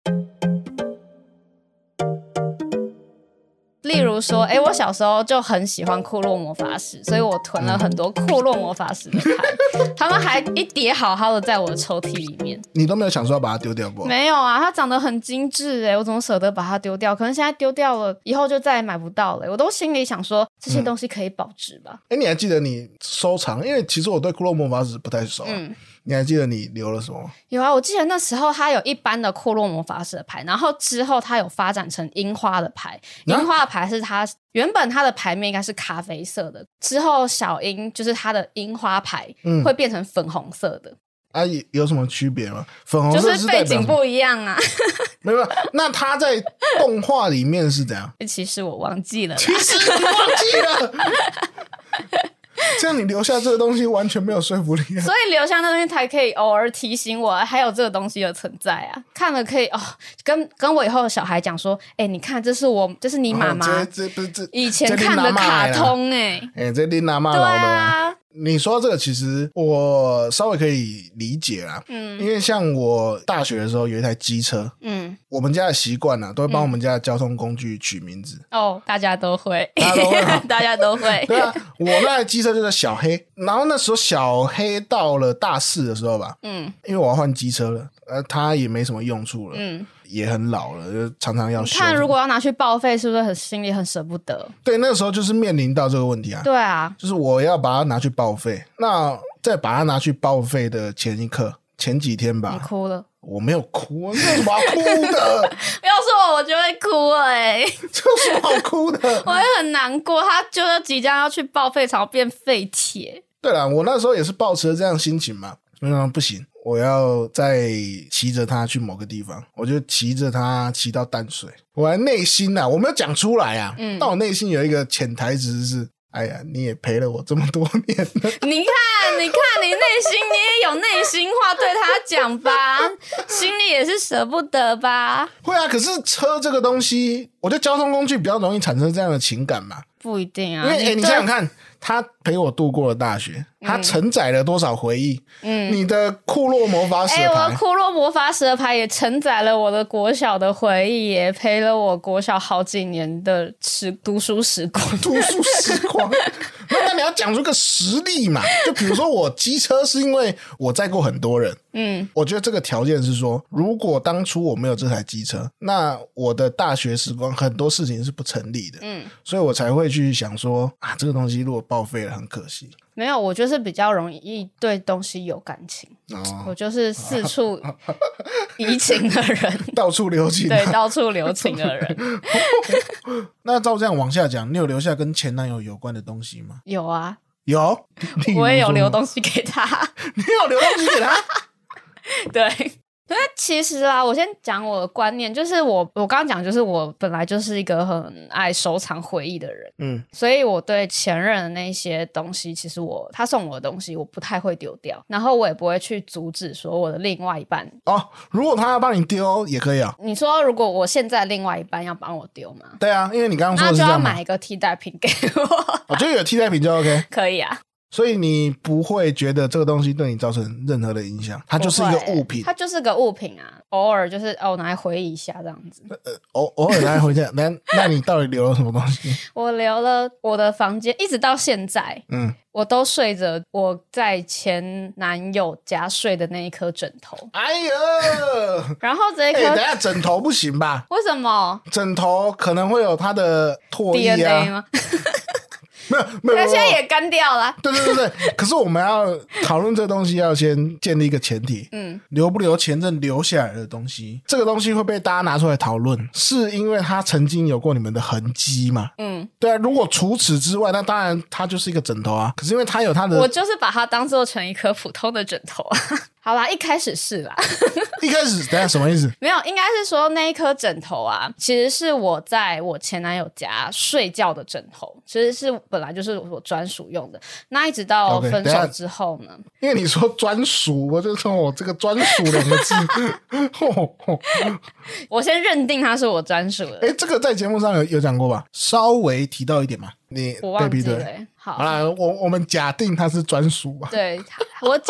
例如说我小时候就很喜欢库洛魔法使，所以我囤了很多库洛魔法使的牌，他们还一叠好好的在我的抽屉里面。 你都没有想说要把它丢掉过？ 没有啊，它长得很精致我怎么舍得把它丢掉？可能现在丢掉了，以后就再也买不到了我都心里想说这些东西可以保值吧。 你还记得你收藏？因为其实我对库洛魔法使不太熟你还记得你留了什么吗？ 有啊，我记得那时候它有一般的库洛魔法使的牌，然后之后它有发展成樱花的牌。樱花的牌是它原本它的牌面应该是咖啡色的，之后小樱就是它的樱花牌会变成粉红色的。 有什么区别吗？粉红色就是背景不一样啊。 没有，那它在动画里面是怎样？ 其实我忘记了啦。 其实你忘记了。这样你留下这个东西完全没有说服力所以留下那东西才可以偶尔提醒我还有这个东西的存在啊。看了可以跟我以后的小孩讲说你看这是你妈妈以前看的卡通这你阿嬷老了啊。你说这个其实我稍微可以理解啦因为像我大学的时候有一台机车我们家的习惯都会帮我们家的交通工具取名字大家都会大家都会对啊，我那台机车就叫小黑，然后那时候小黑到了大4的时候吧因为我要换机车了它也没什么用处了也很老了，就常常要修。 看如果要拿去报废是不是心里很舍不得？ 对，那个时候就是面临到这个问题啊。 对啊， 就是我要把它拿去报废，那在把它拿去报废的前几天吧， 你哭了？ 我没有哭，这有什么好哭的？ 不要说我就会哭了这有什么好哭的？ 我会很难过，它就是即将要去报废厂变废铁。 对啦，我那时候也是抱持了这样的心情嘛，不行，我要再骑着它去某个地方，我就骑着它骑到淡水。我还内心我没有讲出来但我内心有一个潜台词是哎呀，你也陪了我这么多年了。 你看，你内心你也有内心话对他讲吧，心里也是舍不得吧。 会啊，可是车这个东西，我觉得交通工具比较容易产生这样的情感嘛。 不一定啊， 因为你想想看，他陪我度过了大学，他承载了多少回忆。你的库洛魔法使的牌， 我的库洛魔法使的牌也承载了我的国小的回忆，也陪了我国小好几年的读书时光。 那你要讲出个实例嘛？就比如说我机车是因为我载过很多人。我觉得这个条件是说，如果当初我没有这台机车，那我的大学时光很多事情是不成立的。所以我才会去想说这个东西如果报废了很可惜。 没有，我就是比较容易对东西有感情。我就是四处移情的人。 到处留情。 对，到处留情的人。 那照这样往下讲，你有留下跟前男友有关的东西吗？ 有啊。 有。 我也有留东西给他。 你有留东西给他？ 对。因为其实我先讲我的观念，就是我刚刚讲，就是我本来就是一个很爱收藏回忆的人，所以我对前任的那些东西，其实他送我的东西，我不太会丢掉，然后我也不会去阻止说我的另外一半如果他要帮你丢也可以啊。 你说如果我现在另外一半要帮我丢吗？ 对啊，因为你刚刚说的是这样嘛， 那就要买一个替代品给我。 就有替代品就 OK。 可以啊。 所以你不会觉得这个东西对你造成任何的影响，它就是一个物品。 它就是个物品啊，偶尔就是拿来回忆一下这样子。 偶尔拿来回忆一下。那你到底留了什么东西？ 我留了我的房间，一直到现在，我都睡着我在前男友家睡的那一颗枕头。 哎呀， 然后这一颗， 等一下枕头不行吧？ 为什么？ 枕头可能会有它的唾液啊。 DNA 吗？ 没有， 它现在也干掉了。 对。可是我们要讨论这个东西，要先建立一个前提。留不留前任留下来的东西，这个东西会被大家拿出来讨论，是因为它曾经有过你们的痕迹嘛？对啊。如果除此之外，那当然它就是一个枕头啊。可是因为它有它的， 我就是把它当做成一颗普通的枕头啊。好啦，一开始是啦。 一开始等一下什么意思？ 没有，应该是说那一颗枕头啊，其实是我在我前男友家睡觉的枕头，其实是本来就是我专属用的。那一直到分手之后呢？ 因为你说专属，我就说我这个专属两个字。 我先认定它是我专属的。 这个在节目上有讲过吧？稍微提到一点嘛。 我忘记了。好啦，我们假定它是专属吧。 对，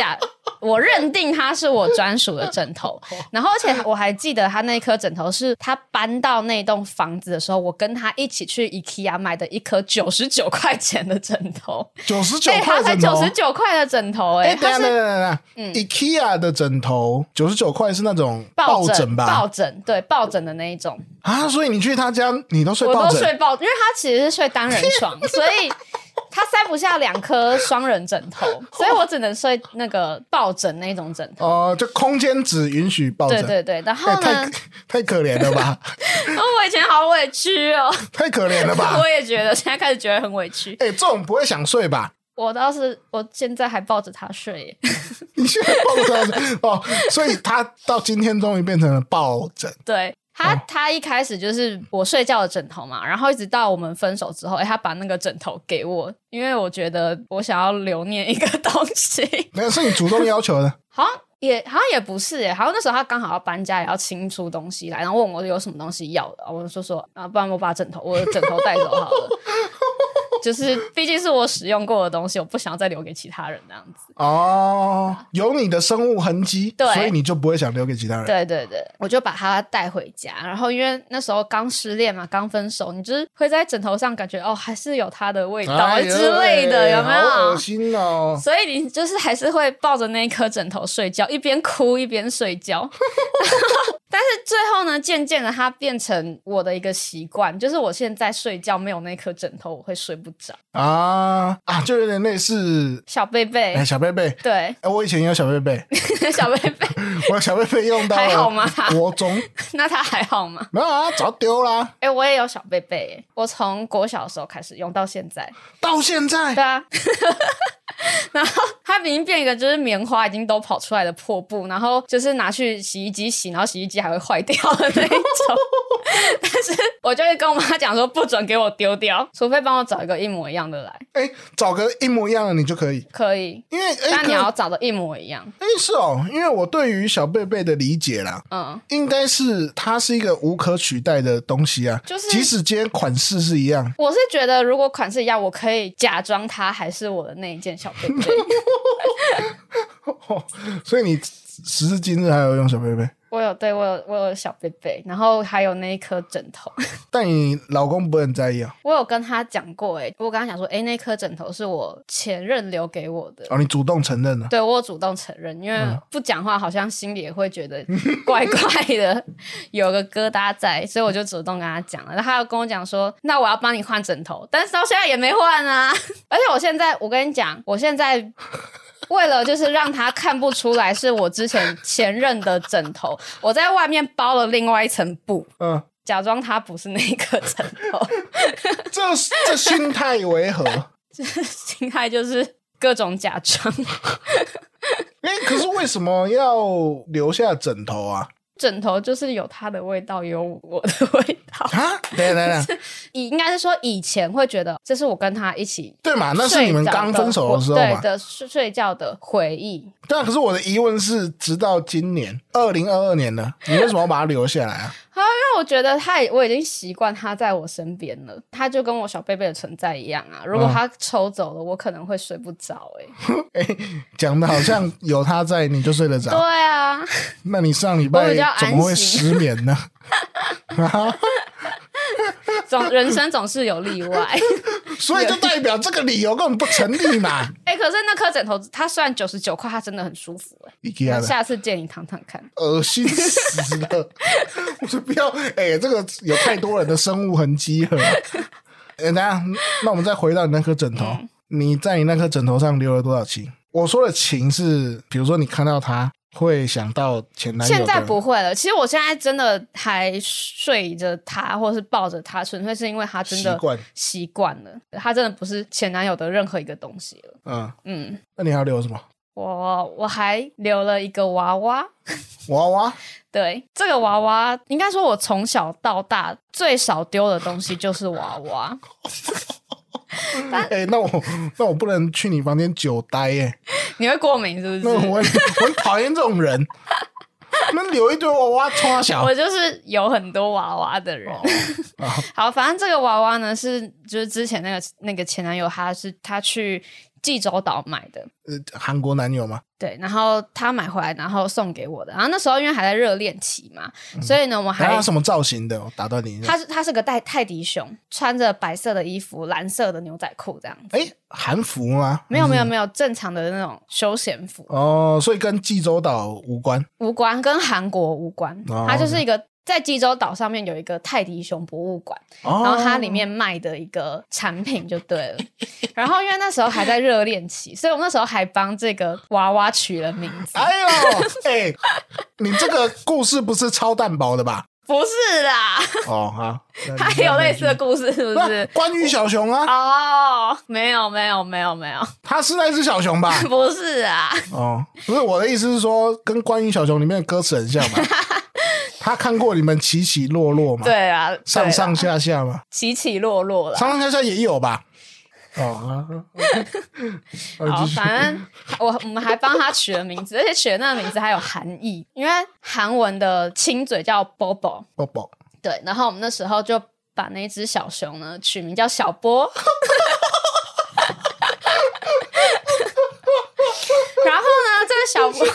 我认定它是我专属的枕头，然后而且我还记得他那颗枕头是他搬到那栋房子的时候，我跟他一起去 IKEA 买的一颗99块钱的枕头。 99块枕头， 他才99块的枕头等一下，IKEA 的枕头99块是那种抱枕吧？ 抱枕，对，抱枕的那一种啊。所以你去他家，你都睡抱枕？ 我都睡抱，因为他其实是睡单人床，所以他塞不下2颗双人枕头，所以我只能睡那个抱枕那种枕头。 就空间只允许抱枕。 对对对，然后呢？ 太可怜了吧！ 我以前好委屈哦， 太可怜了吧！ 我也觉得，现在开始觉得很委屈。 这种不会想睡吧？ 我现在还抱着他睡耶。 你现在抱着他睡哦，所以他到今天终于变成了抱枕。 对。他一开始就是我睡觉的枕头嘛，然后一直到我们分手之后，他把那个枕头给我，因为我觉得我想要留念一个东西。 那是你主动要求的？ 好像也不是耶，好像那时候他刚好要搬家，也要清出东西来，然后问我有什么东西要的，我就说不然我把我的枕头带走好了。就是毕竟是我使用过的东西，我不想要再留给其他人这样子。 有你的生物痕迹，所以你就不会想留给其他人。 对对对，我就把它带回家，然后因为那时候刚失恋嘛，刚分手，你就是会在枕头上感觉还是有它的味道之类的，有没有？ 好恶心哦！ 所以你就是还是会抱着那颗枕头睡觉，一边哭一边睡觉。但是最后呢，渐渐的它变成我的一个习惯，就是我现在睡觉没有那颗枕头，我会睡不着就有点类似小贝贝， 小贝贝， 对， 我以前也有小贝贝， 小贝贝， 我小贝贝用到还好吗？ 国中， 那他还好吗？ 没有啊，早丢啦。 我也有小贝贝，我从国小的时候开始用到现在，对啊。然后它已经变一个就是棉花已经都跑出来的破布，然后就是拿去洗衣机洗，然后洗衣机还会坏掉的那一种。但是我就会跟我妈讲说不准给我丢掉，除非帮我找一个一模一样的来。 找个一模一样的你就可以？ 可以，因为但你要找的一模一样。 是哦，因为我对于小贝贝的理解啦，应该是它是一个无可取代的东西啊，就是即使今天款式是一样， 我是觉得如果款式一样，我可以假装它还是我的那一件小贝贝。 所以你时至今日还有用小贝贝？ 我有小贝贝，然后还有那一颗枕头。 但你老公不会很在意啊？ 我有跟他讲过我跟他讲说那颗枕头是我前任留给我的。 你主动承认了？对， 我有主动承认，因为不讲话好像心里也会觉得怪怪的，有个疙瘩在，所以我就主动跟他讲了。然后他又跟我讲说那我要帮你换枕头，但是到现在也没换啊。而且我跟你讲，我现在为了就是让他看不出来是我之前前任的枕头，我在外面包了另外一层布，假装它不是那个枕头。 这心态为何？ 心态就是各种假装。 可是为什么要留下枕头啊？ 枕头就是有它的味道，有我的味道啊！对， 应该是说以前会觉得这是我跟他一起对嘛？那是你们刚分手的时候嘛？ 对的，睡觉的回忆。 对啊，可是我的疑问是，直到今年2022年了，你为什么要把它留下来啊？ 因为我觉得我已经习惯他在我身边了，他就跟我小贝贝的存在一样啊。如果他抽走了，我可能会睡不着。 讲的好像有他在你就睡得着。 对啊， 那你上礼拜怎么会失眠呢？ 人生总是有例外。 所以就代表这个理由根本不成立嘛。 可是那颗枕头它虽然99块，它真的很舒服。下次借你躺躺看。恶心死了。我说不要，这个有太多人的生物痕迹了。等一下，那我们再回到你那颗枕头，你在你那颗枕头上留了多少情？我说的情是，比如说你看到它会想到前男友的。 现在不会了，其实我现在真的还睡着他或是抱着他，纯粹是因为他真的习惯了，他真的不是前男友的任何一个东西了。 那你还要留什么？ 我还留了一个娃娃。 娃娃？ 对，这个娃娃应该说我从小到大最少丢的东西就是娃娃。 那我不能去你房间久待你会过敏是不是？我很讨厌这种人。那留一堆娃娃冲小， 我就是有很多娃娃的人。好，反正这个娃娃呢就是之前那个前男友他去济州岛买的。 韩国男友吗？ 对，然后他买回来，然后送给我的。然后那时候因为还在热恋期嘛，所以呢，我还他什么造型的？我打断你一下。 他是个泰迪熊，穿着白色的衣服，蓝色的牛仔裤这样子。 韩服吗？ 没有，正常的那种休闲服。 哦，所以跟济州岛无关， 跟韩国无关。它就是一个在济州岛上面有一个泰迪熊博物馆，然后它里面卖的一个产品就对了。然后因为那时候还在热恋期，所以我那时候还帮这个娃娃取了名字。 哎呦，你这个故事不是超蛋堡的吧？ 不是啦。 哦，好， 它也有类似的故事是不是？ 关于小熊啊？ 哦，没有， 它是那只小熊吧？ 不是啊。 哦，不是，我的意思是说，跟关于小熊里面的歌词很像嘛。他看过你们起起落落嘛？ 对啊， 上上下下嘛， 起起落落啦， 上上下下也有吧？哦， 好，反正我们还帮他取了名字，而且取的那个名字还有含义，因为韩文的亲嘴叫 Bobo。对，然后我们那时候就把那只小熊呢取名叫小波。然后呢，这个小波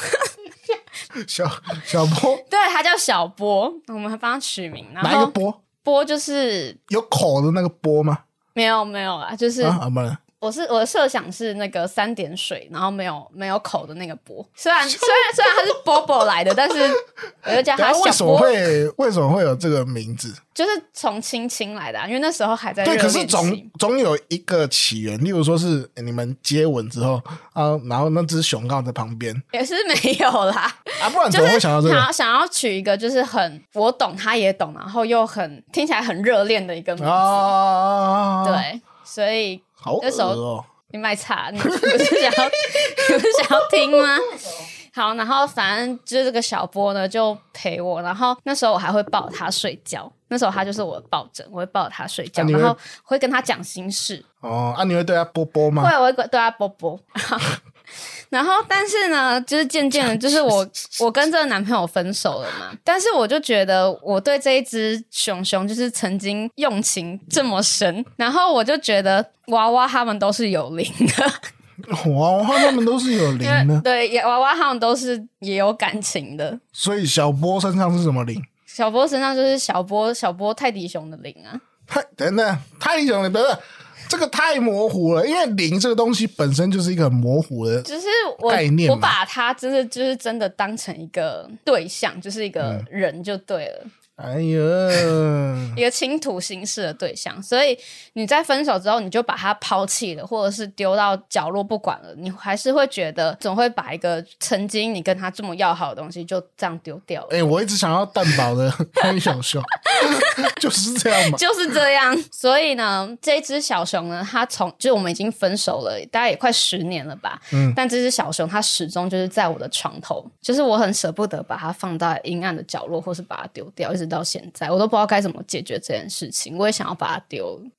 小波， 对，他叫小波，我们还帮他取名。然后哪一个波？ 波就是有口的那个波吗？ 没有啊，就是不然我的设想是那个3点水，然后没有口的那个波。虽然他是 Bobo 来的，但是我就叫他小波。 为什么会有这个名字？ 就是从亲来的因为那时候还在热恋期。对，可是总有一个起源，例如说是你们接吻之后然后那只熊刚好在旁边， 也是没有啦。 不然怎么会想到这个？ 想要取一个就是很我懂他也懂，然后又很听起来很热恋的一个名字。对，所以那时候你卖差，你不是想要听吗？好，然后反正就是这个小波呢就陪我，然后那时候我还会抱他睡觉，那时候他就是我的抱枕，我会抱他睡觉，然后会跟他讲心事。 你会对他啵啵吗？ 会，我会对他啵啵。然后但是呢就是渐渐的就是我跟这个男朋友分手了嘛，但是我就觉得我对这一只熊熊就是曾经用情这么深，然后我就觉得娃娃他们都是有灵的。 娃娃他们都是有灵的。 对，娃娃他们都是也有感情的。 所以小波身上是什么灵？ 小波身上就是小波泰迪熊的灵啊。 等等，泰迪熊的灵，这个太模糊了，因为灵这个东西本身就是一个很模糊的就是概念。 我把它就是真的当成一个对象，就是一个人就对了。 哎呀， 一个倾吐心事的对象，所以你在分手之后你就把它抛弃了，或者是丢到角落不管了，你还是会觉得总会把一个曾经你跟他这么要好的东西就这样丢掉了。 我一直想要蛋堡的关于小熊。就是这样嘛， 就是这样。所以呢这只小熊呢它就是我们已经分手了大概也快10年了吧，但这只小熊它始终就是在我的床头，就是我很舍不得把它放在阴暗的角落，或是把它丢掉，一直到现在我都不知道该怎么解决这件事情，我也想要把它丢了。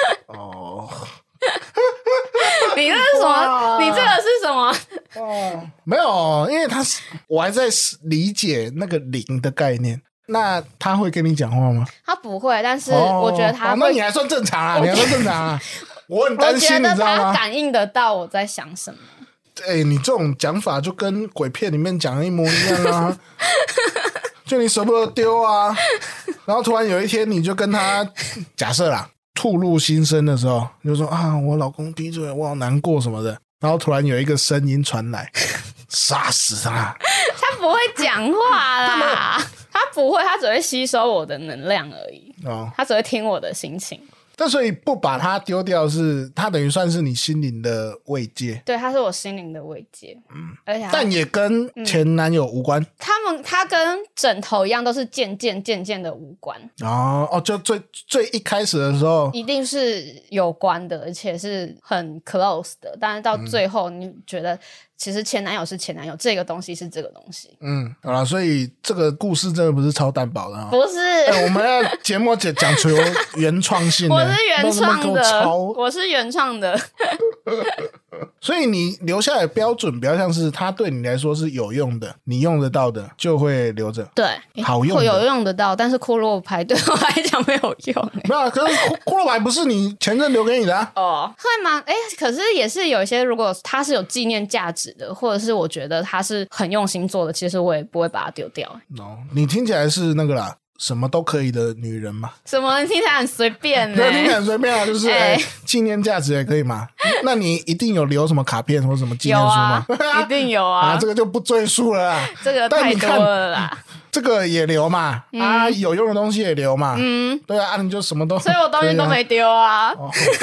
你这是什么？你这个是什么？ 没有，因为我还在理解那个灵的概念。那他会跟你讲话吗？ 他不会，但是我觉得他会。 那你还算正常啊，你还算正常啊。我很担心，你知道吗？ 他感应得到我在想什么。 你这种讲法就跟鬼片里面讲的一模一样啊。就你舍不得丢啊，然后突然有一天你就跟他假设啦吐露心声的时候，你就说我老公劈腿，我好难过什么的，然后突然有一个声音传来，杀死他。 他不会讲话啦，他不会，他只会吸收我的能量而已。他只会听我的心情。 但所以不把它丢掉，是它等于算是你心灵的慰藉。 对，它是我心灵的慰藉。而且但也跟前男友无关。 他跟枕头一样，都是渐渐的无关。 就最一开始的时候一定是有关的，而且是很 close 的，但是到最后你觉得其实前男友是前男友，这个东西是这个东西。 好啦，所以这个故事真的不是超蛋堡的。 不是。 我们要节目讲求原创性。 我是原创的。我是原创的。 所以你留下来的标准比较像是它对你来说是有用的，你用得到的就会留着。 对， 好用的会有用得到，但是骷髅牌对我来讲没有用。 没有啊，可是骷髅牌不是你前任留给你的啊。 哦，会吗？可是也是有一些，如果它是有纪念价值的，或者是我觉得它是很用心做的，其实我也不会把它丢掉。 你听起来是那个啦，什么都可以的女人嘛？ 什么？听起来很随便呢？ 对，听起来很随便啊，就是纪念价值也可以嘛。那你一定有留什么卡片或什么纪念书吗？ 有啊，一定有啊。 这个就不赘述了啦。 这个太多了啦。 这个也留嘛，有用的东西也留嘛。对啊，你就什么都， 所以我东西都没丢啊。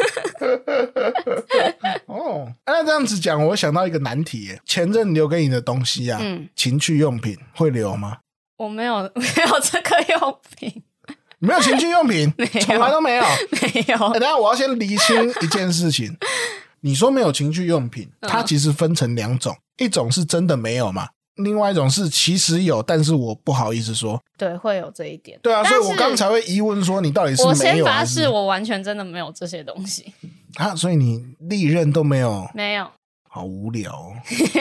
那这样子讲，我想到一个难题耶，前任留给你的东西啊，情趣用品会留吗？ 我没有这个用品。 没有情趣用品，从来都没有。 没有。 等一下我要先厘清一件事情。你说没有情趣用品，它其实分成2种，一种是真的没有嘛，另外一种是其实有，但是我不好意思说。 对，会有这一点。 对啊，所以我刚才会疑问说你到底是没有还是。 我先发誓我完全真的没有这些东西啊，所以你历任都没有？ 没有。 好无聊哦。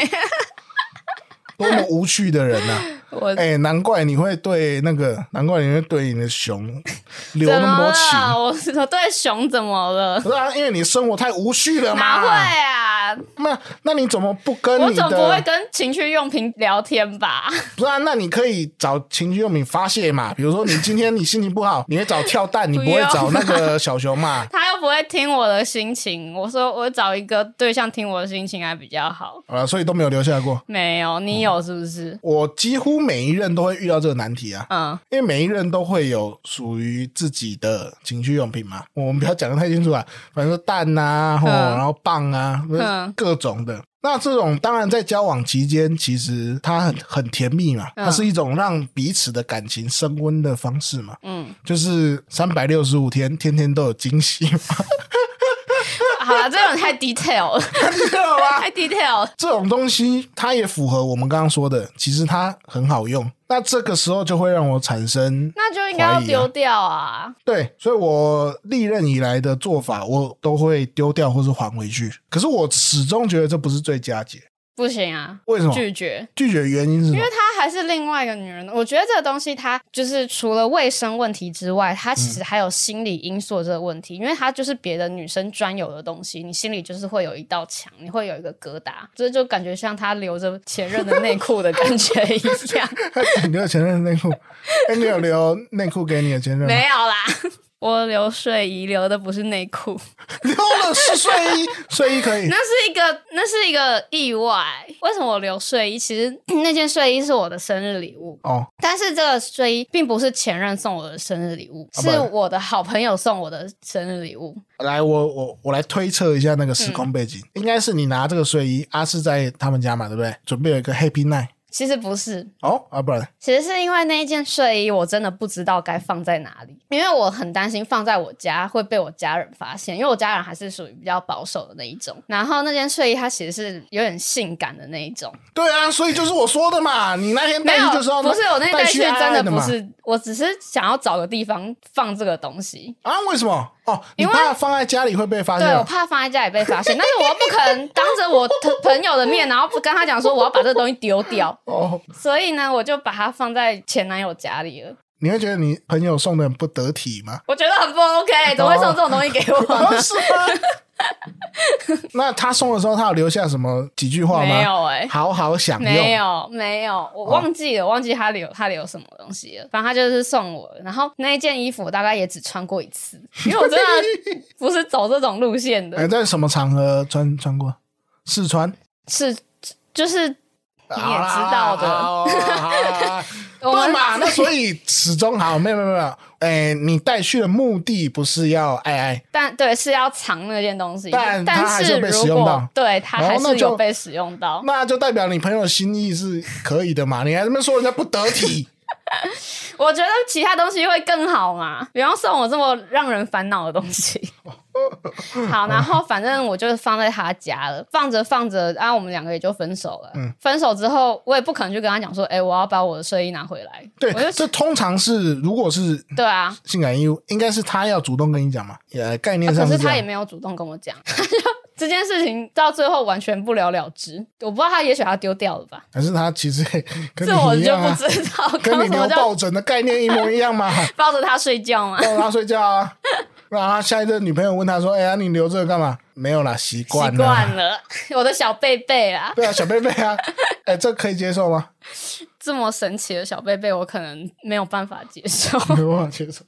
多么无趣的人啊。难怪你会对你的熊留那么多情。 我对熊怎么了？ 不是啊，因为你生活太无趣了嘛。 哪会啊？ 那你怎么不跟你的？ 我总不会跟情趣用品聊天吧？ 不是啊，那你可以找情趣用品发泄嘛。比如说你今天你心情不好，你会找跳蛋，你不会找那个小熊嘛。 他又不会听我的心情，我说我找一个对象听我的心情还比较好。 所以都没有留下来过。 没有，你有是不是？ 我几乎每一任都会遇到这个难题啊。因为每一任都会有属于自己的情趣用品嘛。我们不要讲得太清楚啊，反正蛋啊，然后棒啊，各种的。那这种当然在交往期间，其实它很甜蜜嘛，它是一种让彼此的感情升温的方式嘛。就是365天，天天都有惊喜嘛。 好了，这种太 detail 了。 太 detail 了吧？ 太 detail 了。 这种东西它也符合我们刚刚说的，其实它很好用。那这个时候就会让我产生那就应该要丢掉啊。 对，所以我历任以来的做法，我都会丢掉或是还回去。可是我始终觉得这不是最佳解。 不行啊。 为什么？ 拒绝的原因是什么？ 因为她还是另外一个女人。我觉得这个东西它就是除了卫生问题之外，它其实还有心理因素这个问题。因为它就是别的女生专有的东西，你心里就是会有一道墙，你会有一个疙瘩，这就感觉像她留着前任的内裤的感觉一样。 你留前任的内裤？你有留内裤给你的前任吗？ 没有啦。我留睡衣，留的不是内裤。 留的是睡衣。睡衣可以。 那是一个意外。为什么我留睡衣？其实那件睡衣是我的生日礼物。但是这个睡衣并不是前任送我的生日礼物，是我的好朋友送我的生日礼物。 来，我来推测一下那个时空背景，应该是你拿这个睡衣，是在他们家嘛，对不对？准备有一个 Happy Night。 其实不是不然其实是因为那一件睡衣我真的不知道该放在哪里，因为我很担心放在我家会被我家人发现，因为我家人还是属于比较保守的那一种。然后那件睡衣它其实是有点性感的那一种。 对啊，所以就是我说的嘛，你那天带去就是要不是我那天带去真的不是， 我只是想要找个地方放这个东西啊。为什么？你怕放在家里会被发现？ 对，我怕放在家里被发现，但是我又不可能当着我朋友的面，然后跟他讲说我要把这个东西丢掉。所以呢，我就把它放在前男友家里了。 你会觉得你朋友送的很不得体吗？ 我觉得很不 OK， 怎么会送这种东西给我呢？ 是吗？那他送的时候，他有留下什么几句话吗？ 没有好好享用。 没有，我忘记了，忘记他留什么东西了。反正他就是送我，然后那一件衣服我大概也只穿过一次，因为我真的不是走这种路线的。 在什么场合穿过？试穿？ 是，就是你也知道的。 对嘛？那所以始终好，没有。你带去的目的不是要爱， 但对是要藏那件东西， 但它还是被使用到， 对，它还是有被使用到， 那就代表你朋友的心意是可以的嘛？你还这么说人家不得体？ 我觉得其他东西会更好嘛，不要送我这么让人烦恼的东西。好，然后反正我就放在他家了，放着我们2个也就分手了。分手之后我也不可能去跟他讲说我要把我的睡衣拿回来。 对，这通常是如果是对啊性感义务应该是他要主动跟你讲嘛，概念上是这样。 可是他也没有主动跟我讲， 这件事情到最后完全不了了之。我不知道他也许他丢掉了吧， 还是他其实跟你这我就一样啊， 不知道。 跟你留抱枕的概念一模一样嘛。 抱着他睡觉吗？ 抱着他睡觉啊。然后他下一任女朋友问他说：“哎呀，你留这个干嘛？”没有啦，习惯了，我的小贝贝啊。 对啊，小贝贝啊。哎，这可以接受吗？ 这么神奇的小贝贝，我可能没有办法接受。 没有办法接受。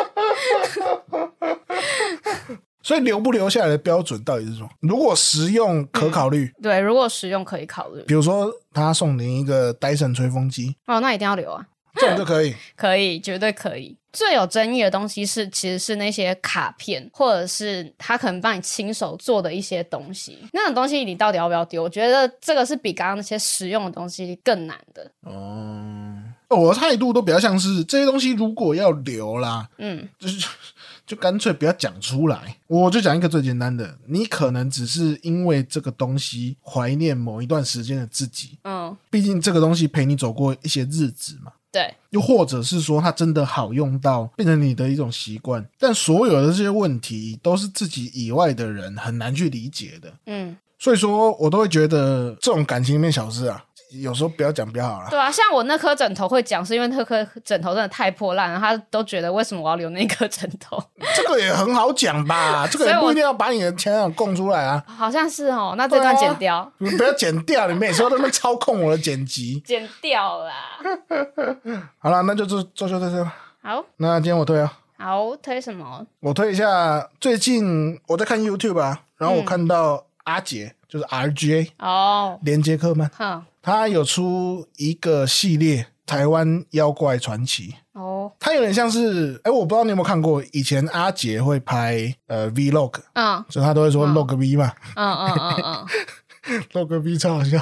所以留不留下来的标准到底是什么？如果实用可考虑， 对，如果实用可以考虑。 比如说他送你一个 Dyson 吹风机， 那一定要留啊。 这种就可以。 可以，绝对可以。最有争议的东西其实是那些卡片，或者是他可能帮你亲手做的一些东西，那种东西你到底要不要丢？我觉得这个是比刚刚那些实用的东西更难的。 我的态度都比较像是这些东西如果要留啦，就干脆不要讲出来。我就讲一个最简单的，你可能只是因为这个东西怀念某一段时间的自己，毕竟这个东西陪你走过一些日子嘛。 对， 又或者是说它真的好用到变成你的一种习惯，但所有的这些问题都是自己以外的人很难去理解的。所以说我都会觉得这种感情里面小事啊，有时候不要讲比较好啦。 对啊，像我那颗枕头会讲，是因为那颗枕头真的太破烂了，他都觉得为什么我要留那颗枕头？ 这个也很好讲吧，这个也不一定要把你的前男友供出来啊。 好像是哦，那这段剪掉。 你不要剪掉，你每次都在那边操控我的剪辑。 剪掉啦。 好了，那就这吧。 好， 那今天我推啊。 好，推什么？ 我推一下，最近我在看 YouTube 啊，然后我看到阿杰，就是 RJ 连杰克曼，他有出一个系列台湾妖怪传奇。他有点像是我不知道你有没有看过，以前阿杰会拍Vlog，所以他都会说 Log V 嘛。Log V 超好笑。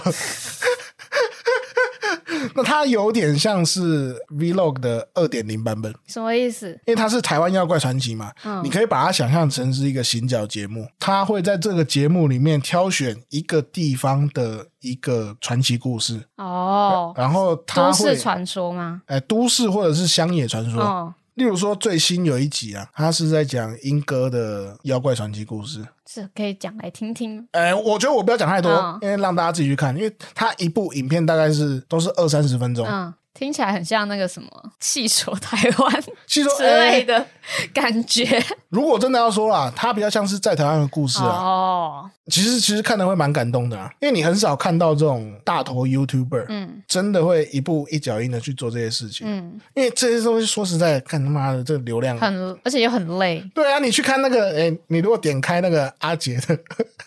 那它有点像是 Vlog 的 2.0 版本。 什么意思？ 因为它是台湾妖怪传奇嘛，你可以把它想象成是一个行脚节目，它会在这个节目里面挑选一个地方的一个传奇故事。然后它会都市传说吗？ 都市或者是乡野传说。例如说最新有一集啊，它是在讲英歌的妖怪传奇故事， 是可以讲来听听。 我觉得我不要讲太多，因为让大家自己去看，因为它一部影片大概都是20-30分钟。 听起来很像那个什么戏说台湾之类的感觉。 如果真的要说啦，它比较像是在台湾的故事啊。其实看得会蛮感动的啊，因为你很少看到这种大头 YouTuber，真的会一步一脚印的去做这些事情。因为这些东西说实在，看他妈的这个流量而且又很累。 对啊，你去看那个你如果点开那个阿杰的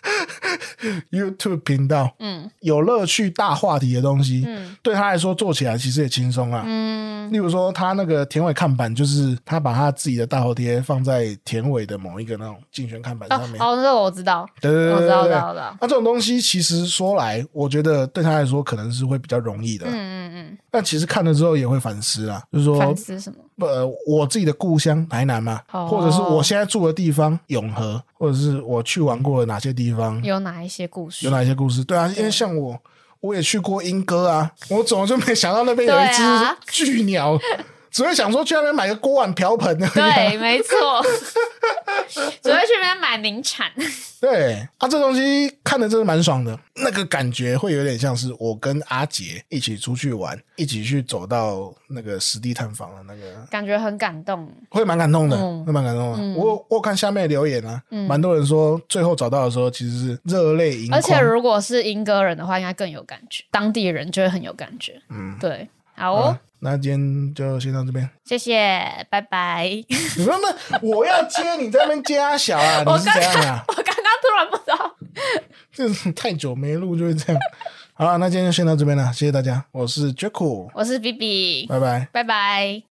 YouTube 频道，有乐趣大话题的东西，对他来说做起来其实也轻松啊。例如说他那个田尾看板，就是他把他自己的大头贴放在田尾的某一个那种竞选看板上面。 这个我知道。 对对对对对。 那这种东西其实说来，我觉得对他来说可能是会比较容易的。但其实看了之后也会反思啦，就是说反思什么？ 我自己的故乡台南嘛，或者是我现在住的地方永和，或者是我去玩过的哪些地方， 有哪一些故事？ 对啊，因为像我也去过莺歌啊，我怎么就没想到那边有一只巨鸟，只会想说去那边买个锅碗瓢盆。 对，没错，只会去那边买名产。 对啊，这东西看的真的蛮爽的，那个感觉会有点像是我跟阿杰一起出去玩，一起去走到那个实地探访的那个感觉，很感动， 会蛮感动的，会蛮感动的。我看下面的留言啊，蛮多人说最后找到的时候其实是热泪盈眶， 而且如果是莺歌人的话，应该更有感觉，当地人就会很有感觉。对，好那今天就先到这边， 谢谢，拜拜。 你们我要接你在那边接阿小啊，你是怎样啊？ 我刚刚突然不知道， 这太久没录就会这样。好了，那今天就先到这边了，谢谢大家，我是 Jaco， 我是 BB， 拜拜， 拜拜。